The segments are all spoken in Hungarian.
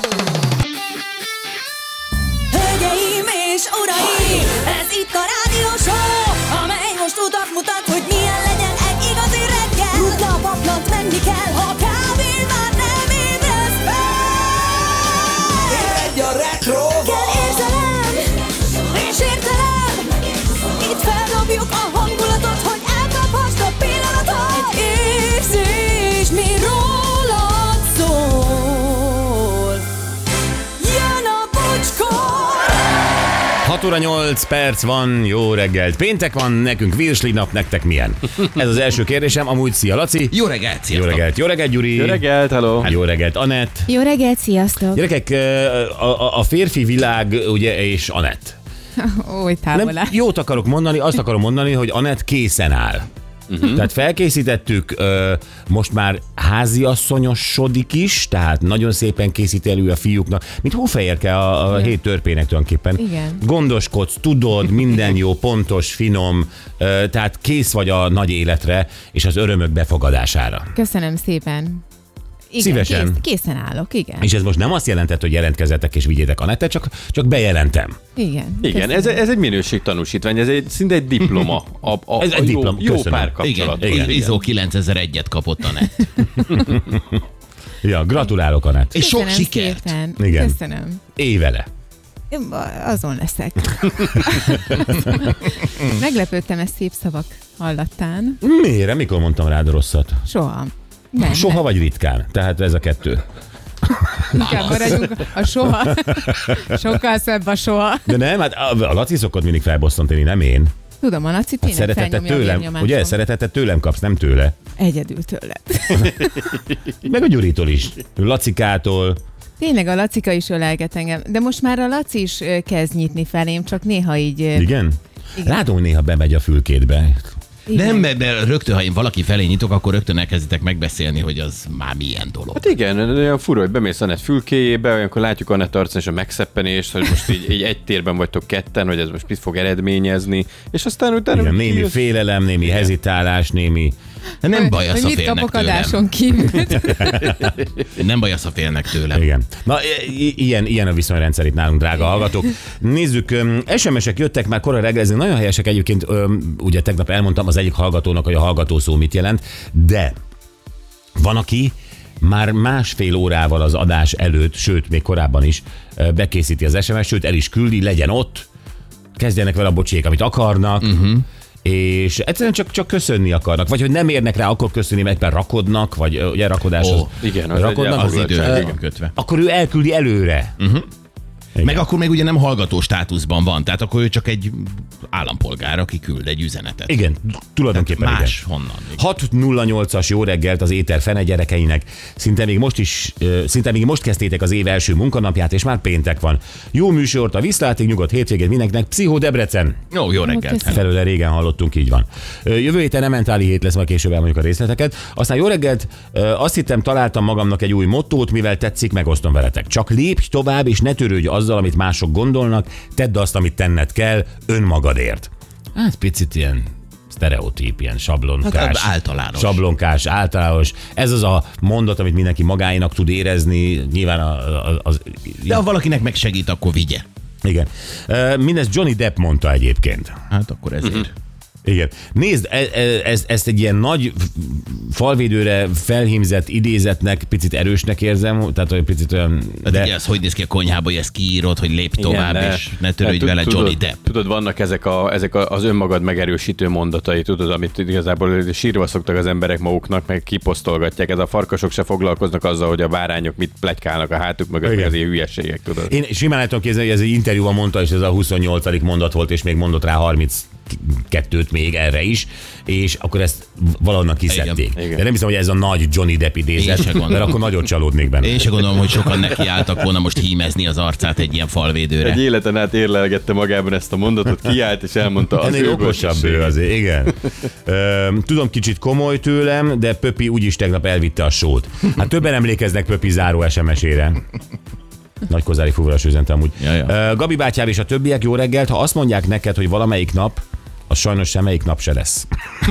Hölgyeim és uraim, ez itt a rádió show, amely most utat mutat, hogy milyen legyen egy igazi reggel. Rutna a paplant, menni kell, ha kávén már nem ébresz fel. Egy a retro. Kell érzelem és értelem, itt feldobjuk a hangulatot, hogy elkaphast a pillanatot. Egy érzés, mi rólad szól. Jön a bocskor. 6 óra 8 perc van, jó reggelt. Péntek van, nekünk virsli nap, nektek milyen? Ez az első kérdésem, amúgy szia Laci. Jó reggelt, Jó reggelt, jó reggelt Gyuri. Jó reggelt, hello. Jó reggelt Anett. Jó reggelt, sziasztok! Gyerekek, a férfi világ, ugye, és Anett. Oly távol áll. Jót akarok mondani, azt akarom mondani, hogy Anett készen áll. Tehát felkészítettük, most már háziasszonyosodik is, tehát nagyon szépen készít elő a fiúknak, mint hófehérke a hét törpének tulajdonképpen. Igen. Gondoskodsz, tudod, minden jó, pontos, finom, tehát kész vagy a nagy életre és az örömök befogadására. Köszönöm szépen. Igen, Szívesen. Készen állok, igen. És ez most nem azt jelentett, hogy jelentkezzetek és vigyétek Anettet, csak bejelentem. Igen. Igen, ez egy minőségtanúsítvány, ez szinte egy diploma. Ez egy diploma, jó köszönöm. párkapcsolat. Igen. ISO 9001-et kapott a net. Ja, gratulálok Anett. És sok Köszönöm sikert. szépen. Igen. Köszönöm. Élj vele. Én azon leszek. Meglepődtem ezt szép szavak hallattán. Miért? Mikor mondtam rád rosszat? Soha. Nem, Soha vagy ritkán. Tehát ez a kettő. Inkább maradjunk a soha. Sokkal szebb a soha. De nem, hát a Laci szokott mindig felbosszantani, nem én. Tudom, a Laci tényleg Szeretetet felnyomja a tőlem, vérnyomásom. ugye? Szeretetet tőlem kapsz, nem tőle. Egyedül tőled. Meg a Gyuritól is. Lacikától. Tényleg a Lacika is ölelget engem. De most már a Laci is kezd nyitni felém, csak néha így... Igen? Igen. Látom, hogy néha bemegy a fülkédbe. igen. Nem, mert rögtön, ha én valaki felé nyitok, akkor rögtön elkezditek megbeszélni, hogy az már milyen dolog. Hát igen, olyan fura, hogy bemész Anett fülkéjébe, olyankor látjuk Anett arcán és a megszeppenést, hogy most így egy térben vagytok ketten, hogy ez most mit fog eredményezni, és aztán utána... Igen, némi félelem, némi hezitálás, némi... De nem baj, az, ha Hogy mit félnek kapok tőlem. adáson kívül. Nem baj, az, ha félnek tőlem. Igen. Na, ilyen a viszonyrendszer itt nálunk, drága hallgatók. Nézzük, SMS-ek jöttek már korai reggel, ezek nagyon helyesek egyébként, ugye tegnap elmondtam az egyik hallgatónak, hogy a hallgató szó mit jelent, de van, aki már másfél órával az adás előtt, sőt, még korábban is bekészíti az SMS, sőt, el is küldi, legyen ott, kezdjenek vele a bocsiék, amit akarnak, és egyszerűen csak köszönni akarnak, vagy hogy nem érnek rá, akkor köszönni, mert éppen rakodnak, vagy ugye rakodás az, igen, az rakodnak, egy- Az idő Igen. van kötve. akkor ő elküldi előre. Meg akkor még ugye nem hallgató státuszban van, tehát akkor ő csak egy állampolgár, aki küld egy üzenetet. Igen, tulajdonképpen igen. Más honnan. 6.08-as jó reggelt az éter fene gyerekeinek. Szinte még most kezdtétek az év első munkanapját, és már péntek van. Jó műsort, a viszlátig, nyugodt hétvégét mindenkinek. Pszichó Debrecen. Jó reggelt. köszönöm. Felőle régen hallottunk, így van. Jövő héten nem mentáli hét lesz, majd később elmondjuk a részleteket. Aztán jó reggelt, azt hittem, találtam magamnak egy új mottót, mivel tetszik, megosztom veletek. Csak lépj tovább, és ne törődj azzal, amit mások gondolnak, tedd azt, amit tenned kell, önmagadért. Hát picit ilyen sztereotíp, ilyen sablonkás. Hát általános. Sablonkás, általános. Ez az a mondat, amit mindenki magáénak tud érezni. Nyilván az De ha valakinek megsegít, akkor vigye. igen. Mindezt Johnny Depp mondta egyébként. Hát akkor ezért. Igen. Nézd, ezt egy ilyen nagy falvédőre felhímzett idézetnek picit erősnek érzem, tehát olyan picit olyan... De ugye ez hogy néz ki a konyhába, hogy ezt kiírod, hogy lépj tovább, Igen, és ne törődj vele, Johnny Depp. Tudod, vannak ezek az önmagad megerősítő mondatai, tudod, amit igazából sírva szoktak az emberek maguknak, meg kiposztolgatják. Ez a farkasok se foglalkoznak azzal, hogy a bárányok mit pletykálnak a hátuk mögött, meg az ilyen hülyeségek, tudod. Én simán el tudom képzelni, hogy ez egy interjúban mondta, és ez a 28. mondat volt, és még mondott rá 32-t még erre is, és akkor ezt valahonnan kiszedték. Igen. De nem hiszem, hogy ez a nagy Johnny Depp Én idézet, se gondolom. mert akkor nagyon csalódnék benne. Én se gondolom, hogy sokan nekiálltak volna most hímezni az arcát egy ilyen falvédőre. Egy életen át érlelgette magában ezt a mondatot, kiállt és elmondta az Ennél okosabb ő azért, igen. Tudom, kicsit komoly tőlem, de Pöpi úgyis tegnap elvitte a sót. Hát többen emlékeznek Pöpi záró SMS-ére. Nagykozári fuvaras üzente amúgy. Ja. Gabi bátyám és a többiek, jó reggelt. Ha azt mondják neked, hogy valamelyik nap az sajnos semmelyik nap se lesz.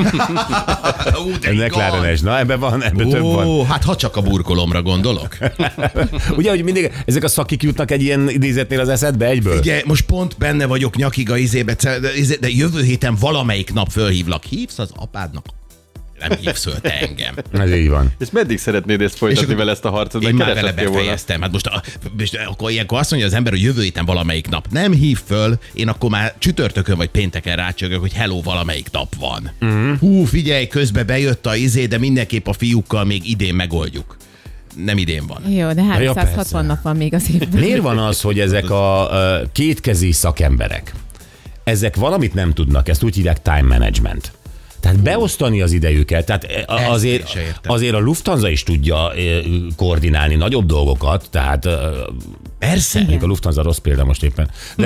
McLaren-es. Na, ebben több van. Hát ha csak a burkolomra gondolok. Ugye, hogy mindig ezek a szakik jutnak egy ilyen idézetnél az eszedbe egyből? Ugye, most pont benne vagyok nyakig a izébe, de jövő héten valamelyik nap fölhívlak. Hívsz az apádnak? Nem hívsz föl te engem. Ez így van. És meddig szeretnéd ezt folytatni vele ezt a harcot? Én már vele befejeztem. Hát most akkor ilyenkor azt mondja az ember, hogy jövő héten valamelyik nap. Nem hív föl, én akkor már csütörtökön vagy pénteken rácsögök, hogy hello, valamelyik nap van. Hú, figyelj, közbe bejött a izé, de mindenképp a fiúkkal még idén megoldjuk. Nem idén van. Jó, de 360 nap van még az évben. Miért van az, hogy ezek a kétkezi szakemberek, ezek valamit nem tudnak, ezt úgy hívják time management. Tehát beosztani az idejüket, tehát azért a Lufthansa is tudja koordinálni nagyobb dolgokat, tehát Persze. a Lufthansa rossz példa most éppen.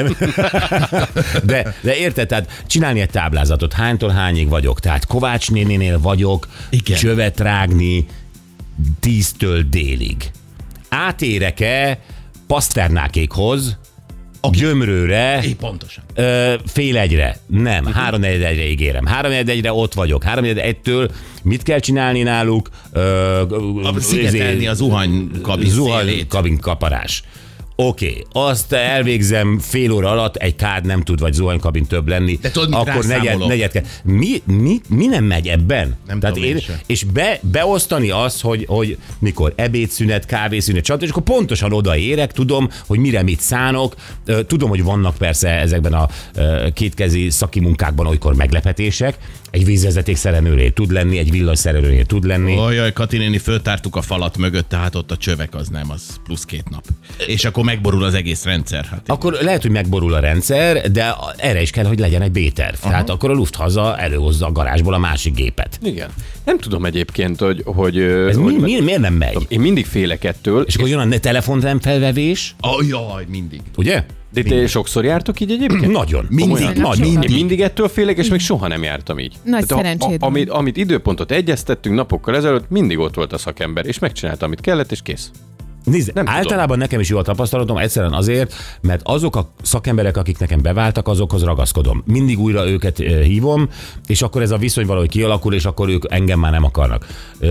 De érted, tehát csinálni egy táblázatot, hánytól hányig vagyok, tehát Kovács néninél vagyok, igen, csövet rágni 10-től délig. Átérek-e Pasternákékhoz, a Gyömrőre, pontosan. Fél egyre. Nem, 3-4-1-re ígérem. 3-4-1-re ott vagyok. 3-4-1-től mit kell csinálni náluk? Szigetelni a zuhanykabin kaparás. Oké, azt elvégzem fél óra alatt, egy kád nem tud, vagy zuhanykabin több lenni. De tudod, akkor negyed kell. Mi nem megy ebben? Nem tehát tudom és beosztani azt, hogy mikor ebédszünet, kávészünet, stb. És akkor pontosan odaérek, tudom, hogy mire mit szánok. Tudom, hogy vannak persze ezekben a kétkezi szaki munkákban olykor meglepetések. Egy vízvezeték szerelőnél tud lenni, egy villanyszerelőnél tud lenni. Ojjaj, Kati néni, föltártuk a falat mögött, tehát ott a csövek az nem, az plusz 2 nap. És akkor megborul az egész rendszer. Hát akkor lehet, hogy megborul a rendszer, de erre is kell, hogy legyen egy B-terv. Tehát akkor a Lufthansa előhozza a garázsból a másik gépet. Igen. Nem tudom egyébként, hogy ez miért nem megy? Én mindig félek ettől. És akkor jön a telefon nem felvevés. Jaj, mindig. Ugye? De te sokszor jártok így egyébként? Nagyon. Mindig ettől félek, és még soha nem jártam így. Nagy szerencséd. Amit időpontot egyeztettünk napokkal ezelőtt, mindig ott volt a szakember, és megcsinálta, amit kellett, és kész. Nézd, általában nekem is jó a tapasztalatom, egyszerűen azért, mert azok a szakemberek, akik nekem beváltak, azokhoz ragaszkodom. Mindig újra őket hívom, és akkor ez a viszony valahogy kialakul, és akkor ők engem már nem akarnak.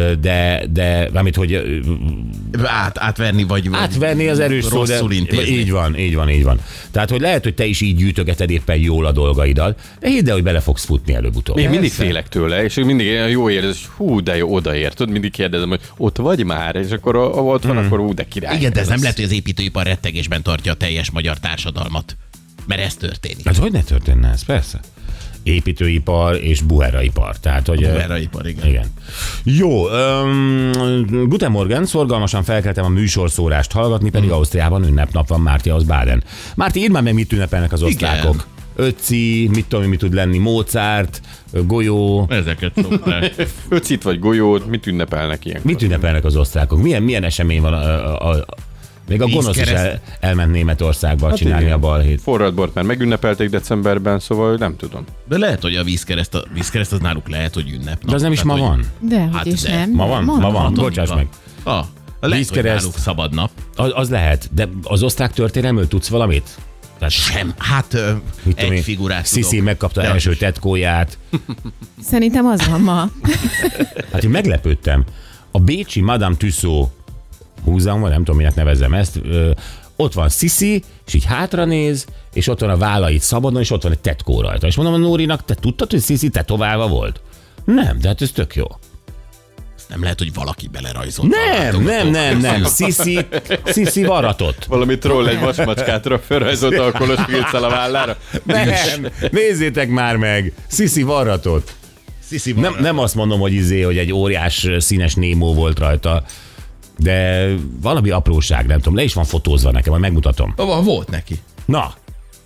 De amit, hogy átverni, vagy átverni az erős szó, de így van. Tehát, hogy lehet, hogy te is így gyűjtögeted éppen jól a dolgaidat, de hidd el, hogy bele fogsz futni előbb-utóbb. Én mindig félek tőle, és mindig jó érzés, hú, de jó, odaért. Tudod, mindig kérdezem, hogy ott vagy már, és akkor ott van, akkor de király. Igen, de ez nem lehet, hogy az építőipar rettegésben tartja a teljes magyar társadalmat. Mert ez történik. Hát hogy ne történne ez? Persze. Építőipar és buheraipar. Tehát, hogy buheraipar, igen. Jó, Guten Morgen, szorgalmasan felkeltem a műsorszórást hallgatni, pedig Ausztriában ünnepnap van, Márti aus Baden. Márti, írd már meg, mit ünnepelnek az osztrákok. Ötci, mit tudom, mi tud lenni, Mozart, golyó. Ezeket szokták. Öcit vagy golyót, mit ünnepelnek ilyenkor? Mit ünnepelnek az osztrákok? Milyen esemény van még a gonosz is elment Németországba csinálni a balhét. Forradbort már megünnepelték decemberben, szóval nem tudom. De lehet, hogy a vízkereszt az náluk lehet, hogy ünnepnap. De az nem is ma van. De hogy is nem. Ma van. Bocsáss meg. A vízkereszt szabad nap. Az lehet, de az osztrák történelmről tudsz valamit? Sem. Hát egy figurát Sisi tudok. megkapta első tetkóját. Szerintem az van ma. Hát én meglepődtem. A bécsi Madame Tussaud múzeum, vagy nem tudom, minek nevezzem ezt, ott van Sisi, és így hátranéz, és ott van a vállait szabadon, és ott van egy tetkó rajta. És mondom a Nórinak, te tudtad, hogy Sisi tetoválva volt? Nem, de hát ez tök jó. Nem lehet, hogy valaki belerajzolt. Nem. Sisi varatott. Valami troll egy vasmacskátra felrajzolta a kolos filccel a vállára. Nem, nézzétek már meg. Sisi varatott. Nem azt mondom, hogy egy óriás színes Némó volt rajta, de valami apróság, nem tudom, le is van fotózva nekem, majd megmutatom. Volt neki. Na.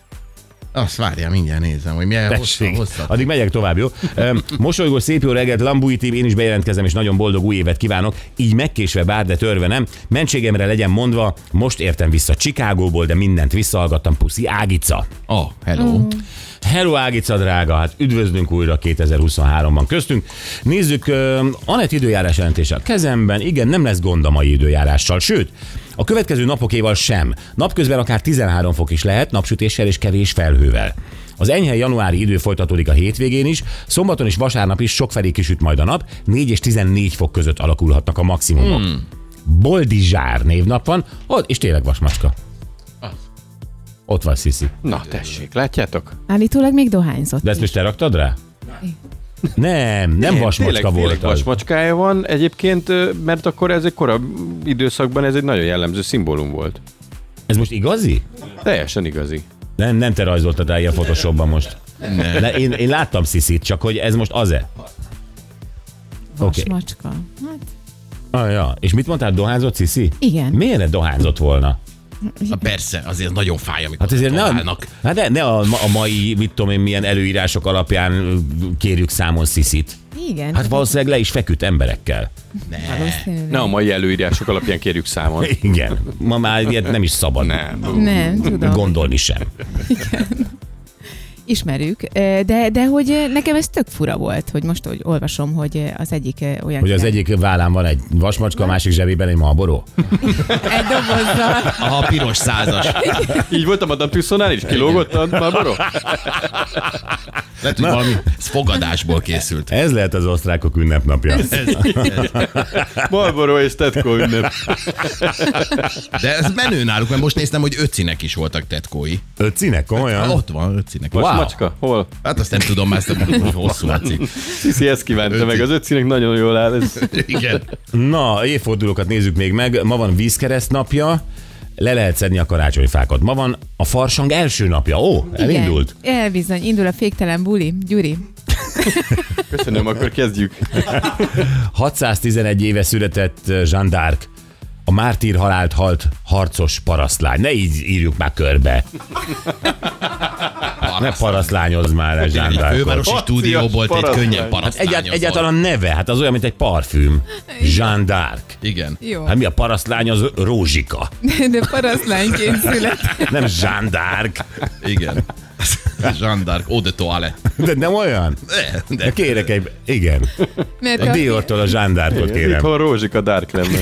Azt várjál, mindjárt nézem, hogy milyen hosszabb. Addig megyek tovább, jó? Mosolygó, szép jó reggelt, Lambui Team, én is bejelentkezem, és nagyon boldog új évet kívánok. Így megkésve bár, de törve nem. Mentségemre legyen mondva, most értem vissza Chicagóból, de mindent visszahallgattam, puszi Ágica. Hello. Hello Ágica drága, hát üdvözlünk újra 2023-ban köztünk. Nézzük, Anett időjárás jelentése a kezemben, igen, nem lesz gond a mai időjárással, sőt, a következő napokéval sem. Napközben akár 13 fok is lehet, napsütéssel és kevés felhővel. Az enyhe januári idő folytatódik a hétvégén is, szombaton és vasárnap is sokfelé kisüt majd a nap, 4 és 14 fok között alakulhatnak a maximumok. Boldizsár névnap van, és tényleg vasmacska. Ott van Sziszi. Na tessék, látjátok? Állítólag még dohányzott. De ezt most te raktad rá? Nem vasmacska volt tényleg az. vasmacskája van egyébként, mert akkor ez egy korábbi időszakban ez egy nagyon jellemző szimbólum volt. Ez most igazi? Teljesen igazi. Nem te rajzoltad el ilyen Photoshopban most. Én láttam Sziszit, csak hogy ez most az-e? Vasmacska. Hát, Ja. És mit mondtál, dohányzott Sziszi? igen. Miért ne dohányzott volna? Persze, azért nagyon fáj, amikor Hát ezért találnak. ne a mai, mit tudom én, milyen előírások alapján kérjük számon Sziszit. Igen. Hát valószínűleg le is feküdt emberekkel. valószínűleg. Ne a mai előírások alapján kérjük számon. Igen. Ma már ilyet nem is szabad. Nem, tudom. Gondolni sem. Ismerjük, de hogy nekem ez tök fura volt, hogy most hogy olvasom, hogy az egyik olyan... Hogy az egyik vállán van egy vasmacska, a másik zsebében egy Marlboro. Egy dobozzal. A piros 100-as. Így volt a Madame Tussaudsnál is? Kilógott a Marlboro? Lehet, hogy valami ez fogadásból készült. Ez lehet az osztrákok ünnepnapja. Marlboro és Tetco ünnep. De ez menő náluk, mert most néztem, hogy öcinek is voltak tetkói. Öcinek, komolyan? Ott van öcinek. Wow. Macska, hol? Hát azt nem tudom, mert ezt hogy hosszú a cikk. Sziszi ezt kívánta meg, az öcinek nagyon jól áll. Ez... Igen. Na, évfordulókat nézzük még meg. Ma van vízkereszt napja, le lehet szedni a karácsonyfákat. Ma van a farsang első napja. Ó, elindult. Igen, elbizony, indul a féktelen buli. Gyuri. Köszönöm, akkor kezdjük. 611 éve született Jeanne d'Arc, a mártír halált halt harcos parasztlány. Ne így írjuk már körbe. Ne parasztlányoz már el Jeanne Egy d'Arcot. fővárosi stúdióból egy könnyen parasztlányozol. Egyáltalán a neve, hát az olyan, mint egy parfüm. Jeanne d'Arc. Igen. Jó. Hát mi a parasztlány, az Rózsika. De parasztlányként született. Nem Jeanne d'Arc. Igen. Jeanne d'Arc, eau de toilette. De nem olyan? De kérek egy... Igen. Mert A Diortól a Jeanne d'Arcot kérem. Itthon Rózsika Dark lenne.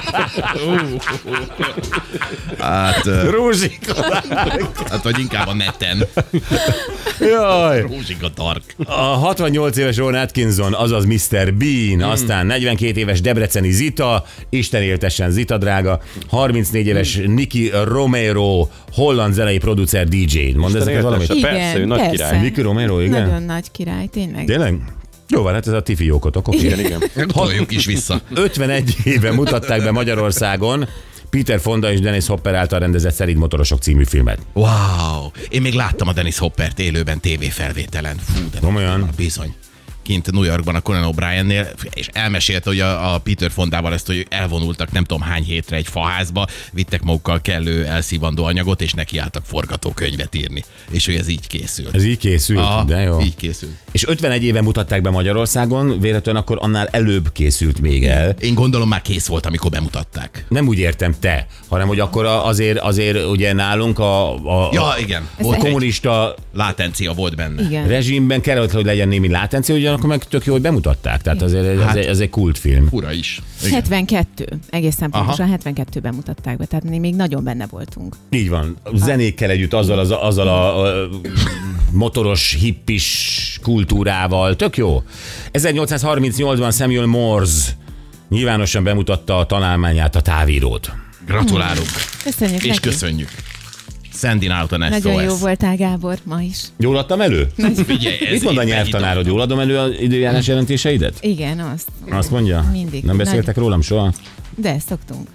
Hát, Rózsika. hát vagy inkább a neten. Jaj. Rózsika Dark. A 68 éves Ron Atkinson, azaz Mr. Bean, aztán 42 éves debreceni Zita, Isten éltessen Zita drága, 34 éves Nicky Romero, holland zenei producer DJ. Mondd ezeket valamit? Persze, persze, ő nagy király. Nicky Romero, igen? Nagyon nagy király, tényleg. Tényleg? Jó van, hát ez a ti fiókotok, oké. Igen. Toljuk is vissza. 51 éve mutatták be Magyarországon Peter Fonda és Dennis Hopper által rendezett Szerint motorosok című filmet. Wow. Én még láttam a Dennis Hoppert élőben tévéfelvételen. Fú, de Komolyan? bizony. Kint New Yorkban a Conan O'Briennél, és elmesélte, hogy a Peter Fondával ezt, hogy elvonultak nem tudom hány hétre egy faházba, vittek magukkal kellő elszívandó anyagot, és nekiálltak forgatókönyvet írni. És hogy ez így készült. Ez így készült, de jó. Így készült. És 51 éve mutatták be Magyarországon, véletlenül akkor annál előbb készült még el. Én gondolom már kész volt, amikor bemutatták. Nem úgy értem te, hanem hogy akkor azért ugye nálunk a Ja, igen. a Volt kommunista látencia volt benne. Igen. rezsimben kellett, hogy legyen némi látencia, ugyanakkor meg tök jó, hogy bemutatták. Tehát azért ez egy kultfilm. Fura is. Igen. 72. Egészen pontosan 72-ben mutatták be, tehát még nagyon benne voltunk. Így van. Zenékkel együtt, azzal a motoros, hippis kultúrával. Tök jó. 1838-ban Samuel Morse nyilvánosan bemutatta a tanulmányát, a távírót. Gratulálunk. Köszönjük És neki. köszönjük. Sending out an SOS. Nagyon jó voltál, Gábor, ma is. Jól adtam elő? Figyelj, ez Mit mond a éppen nyelvtanárod? Jól adom elő az időjárás jelentéseidet? Igen, azt. Azt mondja? Mindig. Nem beszéltek rólam soha? De szoktunk.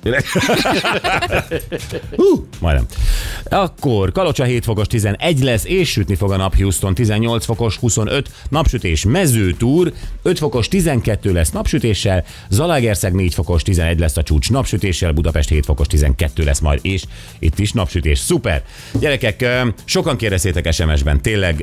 Majdnem. Akkor Kalocsa 7 fokos 11 lesz, és sütni fog a nap. Houston 18 fokos 25, napsütés Mezőtúr 5 fokos 12 lesz napsütéssel, Zalaegerszeg 4 fokos 11 lesz a csúcs napsütéssel, Budapest 7 fokos 12 lesz majd, és itt is napsütés. Szuper! Gyerekek, sokan kérdeztétek SMS-ben, tényleg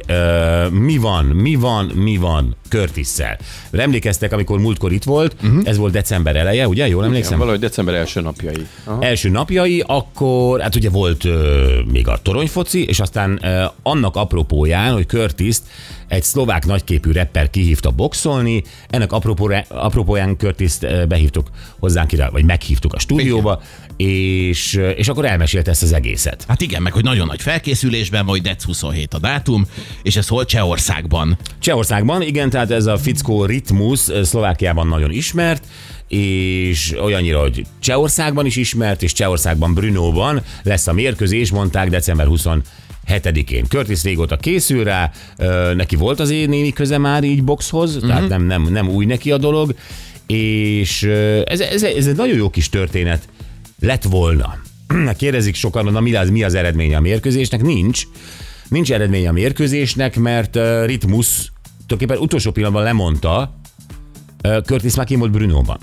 mi van Curtisszel? Emlékeztek, amikor múltkor itt volt, ez volt december eleje, ugye? Jól emlékszem? Valahogy december első napjai. Aha. Első napjai, akkor, hát ugye volt még a toronyfoci, és aztán annak apropóján, hogy Curtis egy szlovák nagyképű rapper kihívta boxolni, ennek apropóján Curtist behívtuk hozzánk ide, vagy meghívtuk a stúdióba, és akkor elmesélte ezt az egészet. Hát igen, meg hogy nagyon nagy felkészülésben, vagy dec 27 a dátum, és ez hol? Csehországban. Csehországban, igen, tehát ez a fickó Ritmus Szlovákiában nagyon ismert, és olyannyira, hogy Csehországban is ismert, és Csehországban Brnóban lesz a mérkőzés, mondták december 27-én. Curtis régóta készül rá, neki volt azért némi köze már így boxhoz, tehát nem új neki a dolog, és ez egy nagyon jó kis történet lett volna. Kérdezik sokan, na mi az eredménye a mérkőzésnek? Nincs eredménye a mérkőzésnek, mert Ritmus tulajdonképpen utolsó pillanatban lemondta, Curtis már kim volt Brnóban.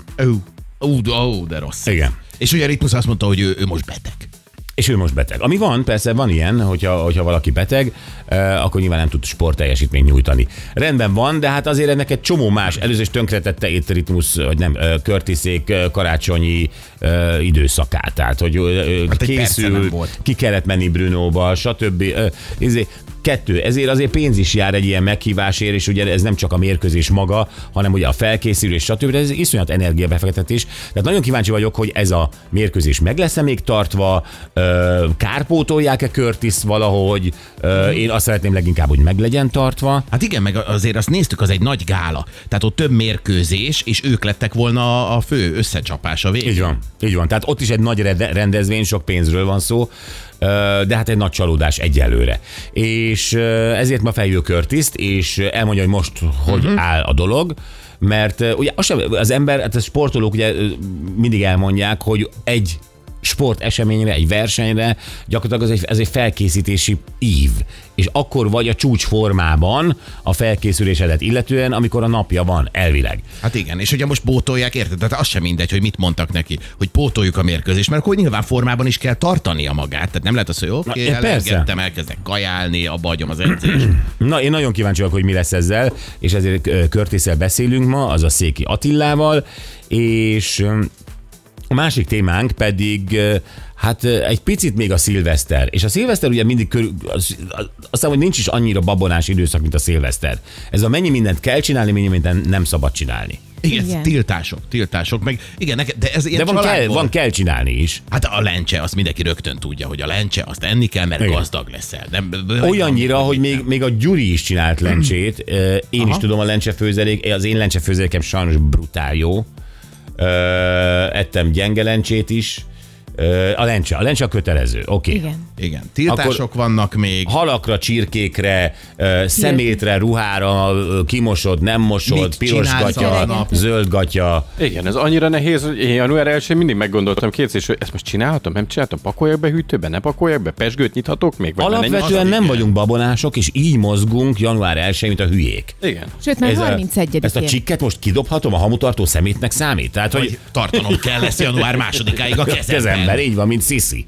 De rossz. Igen. És ugye Ritmus azt mondta, hogy ő most beteg. És ő most beteg. Ami van, persze van ilyen, hogyha valaki beteg, akkor nyilván nem tud sportteljesítményt nyújtani. Rendben van, de hát azért ennek egy csomó más, először is tönkretette itt Ritmus, vagy nem, Curtisék karácsonyi időszakát. Tehát, hogy készül, ki kellett menni Brnóba, stb. Ezért azért pénz is jár egy ilyen meghívásért, és ugye ez nem csak a mérkőzés maga, hanem ugye a felkészülés, stb. De ez iszonyat energiabefektetés. Tehát nagyon kíváncsi vagyok, hogy ez a mérkőzés meg lesz-e még tartva, kárpótolják-e Curtis valahogy, én azt szeretném leginkább, hogy meg legyen tartva. Hát igen, meg azért azt néztük, az egy nagy gála. Tehát ott több mérkőzés, és ők lettek volna a fő összecsapás a végén. Így van. Tehát ott is egy nagy rendezvény, sok pénzről van szó, de hát egy nagy csalódás egyelőre. És ezért ma feljön Curtist, és elmondja, hogy most hogy áll a dolog, mert ugye az ember, hát a sportolók ugye mindig elmondják, hogy egy sporteseményre, egy versenyre gyakorlatilag ez egy felkészítési ív. És akkor vagy a csúcs formában a felkészülésedet illetően, amikor a napja van, elvileg. Hát igen, és ugye most pótolják, érted? Tehát az sem mindegy, hogy mit mondtak neki, hogy pótoljuk a mérkőzést, mert akkor nyilván formában is kell tartania magát. Tehát nem lehet az, hogy oké, elengedtem, elkezdek kajálni, abba hagyom az edzést. Na, én nagyon kíváncsi vagyok, hogy mi lesz ezzel, és ezért Curtisszel beszélünk ma, az a Széki Attilával, és a másik témánk pedig hát egy picit még a szilveszter. És a szilveszter ugye mindig aztán, hogy nincs is annyira babonás időszak, mint a szilveszter. Ez a mennyi mindent kell csinálni, mennyi mindent nem szabad csinálni. Igen, tiltások, meg igen, de ez ilyen van kell csinálni is. Hát a lencse, azt mindenki rögtön tudja, hogy a lencse, azt enni kell, mert igen, gazdag leszel. Olyannyira, hogy még a Gyuri is csinált lencsét. Én is tudom a lencsefőzelék, az én lencsefőzelékem sajnos brutál jó. Ettem gyenge lencsét is. A lencse a kötelező, oké. Igen. Tiltások akkor vannak még. Halakra, csirkékre, szemétre, ruhára, kimosod, nem mosod, piros gatya, zöld gatya. Igen, ez annyira nehéz, hogy én január 1-én mindig meggondoltam kétszer, hogy ezt most csinálhatom, nem csinálhatom, pakoljak be hűtőbe, ne pakoljak be, pezsgőt nyithatok még? Vagy alapvetően nem vagyunk babonások, és így mozgunk január 1-én, mint a hülyék. Igen. Sőt, már 31-én. Ezt a csikket most kidobhatom, a hamutartó szemétnek számít? Tehát, hogy tartanom kell lesz január 2-áig a kezemben. Így van, mint Sisi.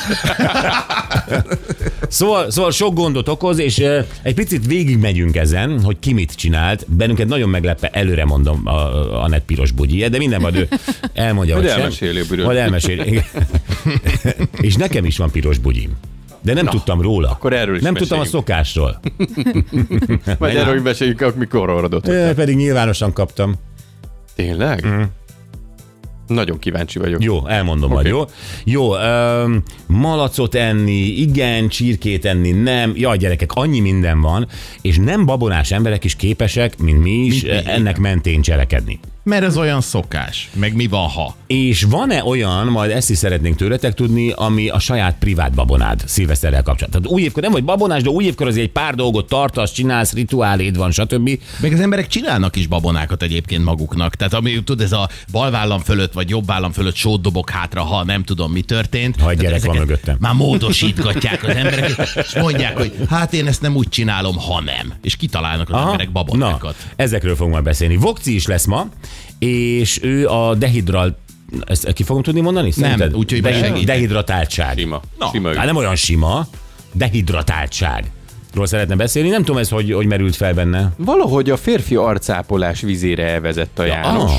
Szóval sok gondot okoz, és egy picit végigmegyünk ezen, hogy ki mit csinált. Bennünket nagyon meglepve, előre mondom a net piros bugyije, de minden majd ő elmondja, hogy elmeséli. És nekem is van piros bugyim. De nem tudtam róla. Akkor erről is nem tudtam a szokásról. Majd erről is meséljük, mikor oradott. Pedig nyilvánosan kaptam. Tényleg? Nagyon kíváncsi vagyok. Jó, elmondom majd, jó? Malacot enni, igen, csirkét enni, nem. Jaj, gyerekek, annyi minden van, és nem babonás emberek is képesek, mint mi is, ennek mentén cselekedni. Mert ez olyan szokás, meg mi van, ha. És van-e olyan, majd ezt is szeretnénk tőletek tudni, ami a saját privát babonád szilveszterrel kapcsolatban? Tehát új évkor nem vagy babonás, de új évkor azért egy pár dolgot tartasz, csinálsz, rituáléd van, stb. Meg az emberek csinálnak is babonákat egyébként maguknak. Tehát ami tud, ez a bal vállam fölött, vagy jobb vállam fölött sót dobok hátra, ha nem tudom, mi történt. Ha egy gyerek van mögöttem. Már módosítgatják az emberek, és mondják, hogy hát én ezt nem úgy csinálom, ha nem. És kitalálnak az emberek babonákat. Na, ezekről fogunk már beszélni. Vokci is lesz ma, és ő a ezt ki fogom tudni mondani? Nem, úgyhogy dehidratáltság. Sima. Hát nem olyan sima, dehidratáltság. Ról szeretne beszélni, nem tudom ez, hogy merült fel benne. Valahogy a férfi arcápolás vizére elvezett a János.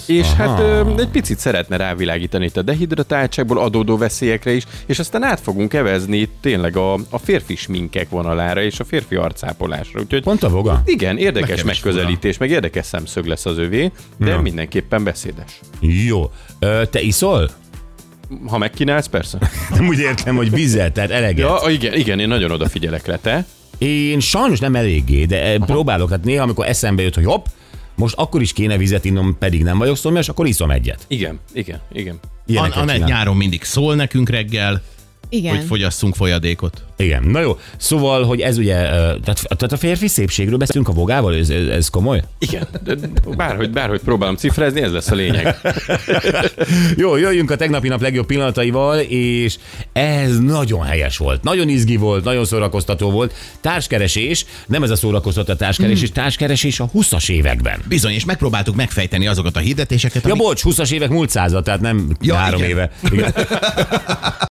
És hát egy picit szeretne rávilágítani itt a dehidratáltságból adódó veszélyekre is, és aztán át fogunk evezni tényleg a férfi sminkek vonalára és a férfi arcápolásra. Úgyhogy Pont a voga? igen, érdekes Nekem is megközelítés, meg érdekes szemszög lesz az övé, de mindenképpen beszédes. Jó. Te iszol? Ha megkínálsz, persze. Nem úgy értem, hogy vizet, tehát eleget. Ja, igen, én nagyon odafigyelek rá, te. Én sajnos nem eléggé, de próbálok. Hát néha, amikor eszembe jut, hogy hopp, most akkor is kéne vizet innom, pedig nem vagyok szomjas, akkor iszom egyet. Igen. Ilyeneket Anett csinál. nyáron mindig szól nekünk reggel, Igen. hogy fogyasszunk folyadékot. Igen, na jó. Szóval, hogy ez ugye, tehát a férfi szépségről beszélünk a vogával, ez komoly? Igen, de bárhogy próbálom cifrázni, ez lesz a lényeg. Jó, jöjjünk a tegnapi nap legjobb pillanataival, és ez nagyon helyes volt. Nagyon izgi volt, nagyon szórakoztató volt. Társkeresés, nem ez a szórakoztató társkeresés, társkeresés a 20-as években. Bizony, és megpróbáltuk megfejteni azokat a hirdetéseket, Ja, bocs, 20-as évek múlt század, tehát nem Ja, 3 igen. éve. Igen.